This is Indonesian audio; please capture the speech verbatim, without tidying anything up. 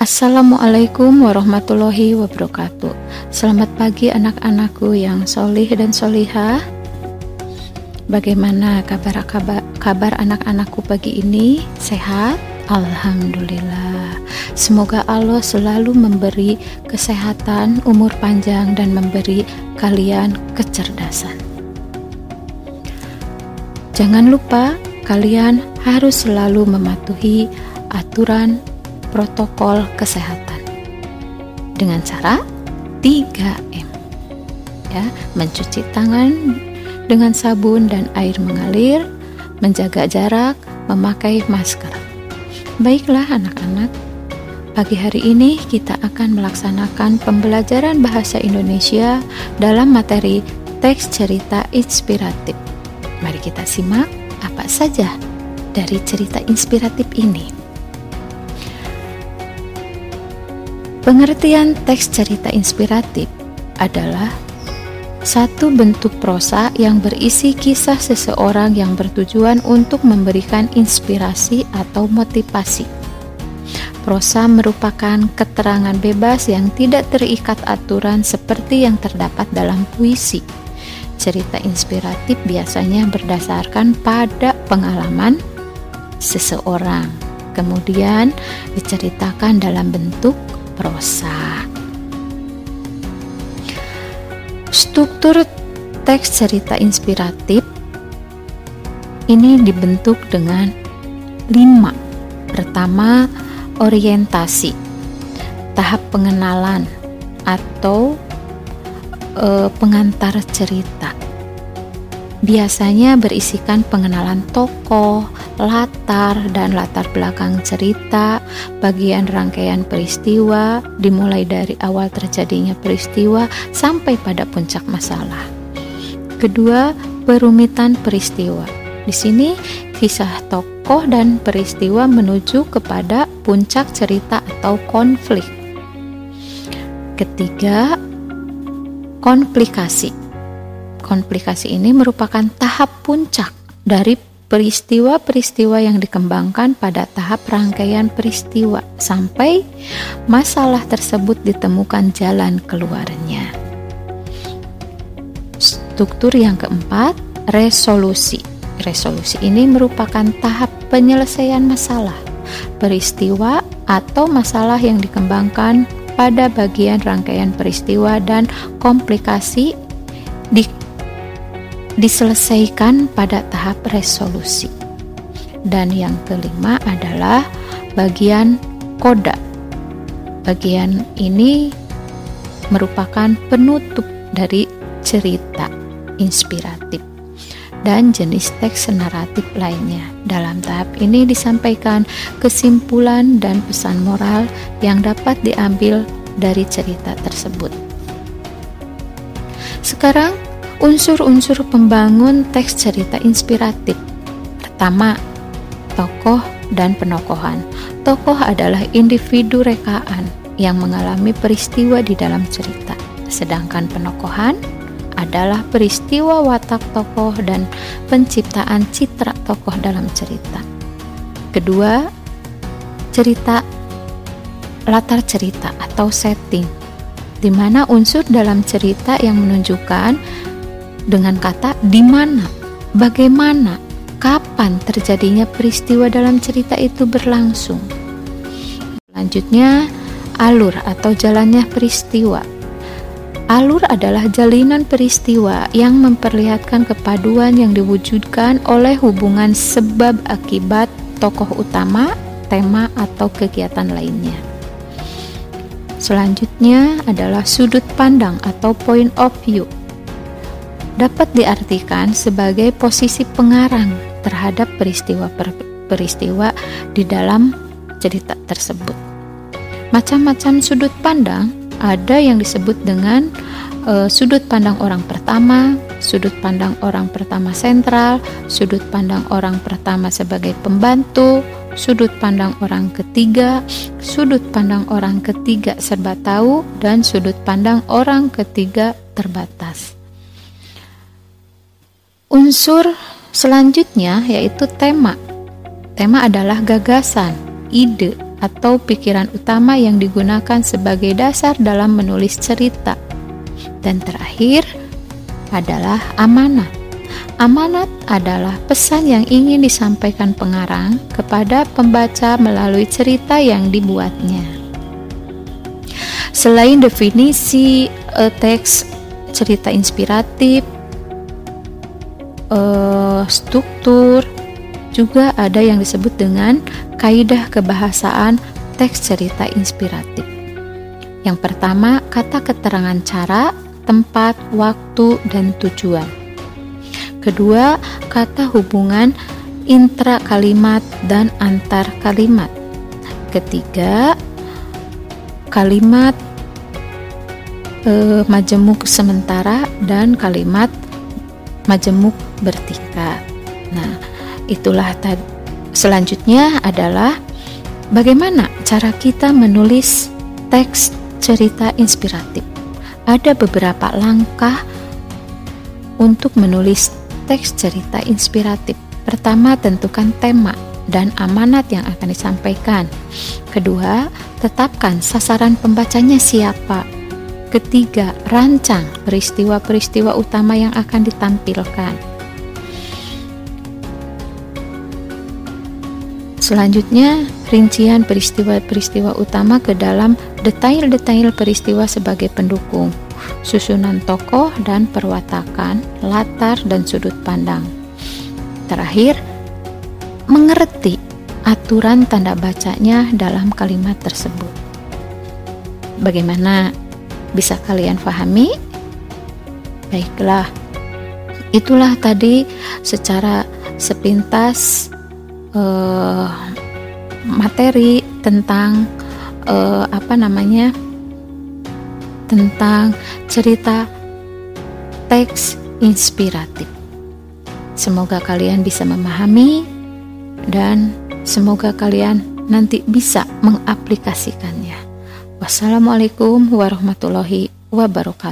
Assalamualaikum warahmatullahi wabarakatuh. Selamat pagi anak-anakku yang solih dan solihah. Bagaimana kabar kabar, kabar anak-anakku pagi ini? Sehat? Alhamdulillah. Semoga Allah selalu memberi kesehatan, umur panjang, dan memberi kalian kecerdasan. Jangan lupa kalian harus selalu mematuhi aturan protokol kesehatan dengan cara tiga M, ya, mencuci tangan dengan sabun dan air mengalir, menjaga jarak, memakai masker. Baiklah anak-anak, pagi hari ini kita akan melaksanakan pembelajaran bahasa Indonesia dalam materi teks cerita inspiratif. Mari kita simak apa saja dari cerita inspiratif ini. Pengertian teks cerita inspiratif adalah satu bentuk prosa yang berisi kisah seseorang yang bertujuan untuk memberikan inspirasi atau motivasi. Prosa merupakan keterangan bebas yang tidak terikat aturan seperti yang terdapat dalam puisi. Cerita inspiratif biasanya berdasarkan pada pengalaman seseorang, kemudian diceritakan dalam bentuk prosa. Struktur teks cerita inspiratif ini dibentuk dengan lima. Pertama, orientasi, tahap pengenalan atau e, pengantar cerita. Biasanya berisikan pengenalan tokoh, latar dan latar belakang cerita, bagian rangkaian peristiwa, dimulai dari awal terjadinya peristiwa sampai pada puncak masalah. Kedua, perumitan peristiwa. Di sini kisah tokoh dan peristiwa menuju kepada puncak cerita atau konflik. Ketiga, komplikasi. Komplikasi ini merupakan tahap puncak dari peristiwa-peristiwa yang dikembangkan pada tahap rangkaian peristiwa sampai masalah tersebut ditemukan jalan keluarnya. Struktur yang keempat, resolusi. Resolusi ini merupakan tahap penyelesaian masalah, peristiwa atau masalah yang dikembangkan pada bagian rangkaian peristiwa dan komplikasi di diselesaikan pada tahap resolusi. Dan yang kelima adalah bagian koda. Bagian ini merupakan penutup dari cerita inspiratif dan jenis teks naratif lainnya. Dalam tahap ini disampaikan kesimpulan dan pesan moral yang dapat diambil dari cerita tersebut. Sekarang unsur-unsur pembangun teks cerita inspiratif. Pertama, tokoh dan penokohan. Tokoh adalah individu rekaan yang mengalami peristiwa di dalam cerita, sedangkan penokohan adalah peristiwa watak tokoh dan penciptaan citra tokoh dalam cerita. Kedua, cerita, latar cerita atau setting, di mana unsur dalam cerita yang menunjukkan dengan kata di mana, bagaimana, kapan terjadinya peristiwa dalam cerita itu berlangsung. Selanjutnya, alur atau jalannya peristiwa. Alur adalah jalinan peristiwa yang memperlihatkan kepaduan yang diwujudkan oleh hubungan sebab akibat tokoh utama, tema atau kegiatan lainnya. Selanjutnya adalah sudut pandang atau point of view. Dapat diartikan sebagai posisi pengarang terhadap peristiwa-peristiwa di dalam cerita tersebut. Macam-macam sudut pandang, ada yang disebut dengan e, sudut pandang orang pertama, sudut pandang orang pertama sentral, sudut pandang orang pertama sebagai pembantu, sudut pandang orang ketiga, sudut pandang orang ketiga serba tahu, dan sudut pandang orang ketiga terbatas. Unsur selanjutnya yaitu tema. Tema adalah gagasan, ide, atau pikiran utama yang digunakan sebagai dasar dalam menulis cerita. Dan terakhir adalah amanat. Amanat adalah pesan yang ingin disampaikan pengarang kepada pembaca melalui cerita yang dibuatnya. Selain definisi uh, teks cerita inspiratif, uh, struktur, juga ada yang disebut dengan kaidah kebahasaan teks cerita inspiratif. Yang pertama, kata keterangan cara, tempat, waktu, dan tujuan. Kedua, kata hubungan intra kalimat dan antar kalimat. Ketiga, kalimat eh, majemuk sementara dan kalimat majemuk bertingkat. Nah, itulah tadi. Selanjutnya adalah bagaimana cara kita menulis teks cerita inspiratif. Ada beberapa langkah untuk menulis teks cerita inspiratif. Pertama, tentukan tema dan amanat yang akan disampaikan. Kedua, tetapkan sasaran pembacanya siapa. Ketiga, rancang peristiwa-peristiwa utama yang akan ditampilkan. Selanjutnya, rincian peristiwa-peristiwa utama ke dalam detail-detail peristiwa sebagai pendukung, susunan tokoh dan perwatakan, latar dan sudut pandang. Terakhir, mengerti aturan tanda bacanya dalam kalimat tersebut. Bagaimana? Bisa kalian pahami? Baiklah, itulah tadi secara sepintas Uh, materi tentang uh, apa namanya tentang cerita teks inspiratif. Semoga kalian bisa memahami dan semoga kalian nanti bisa mengaplikasikannya. Wassalamualaikum warahmatullahi wabarakatuh.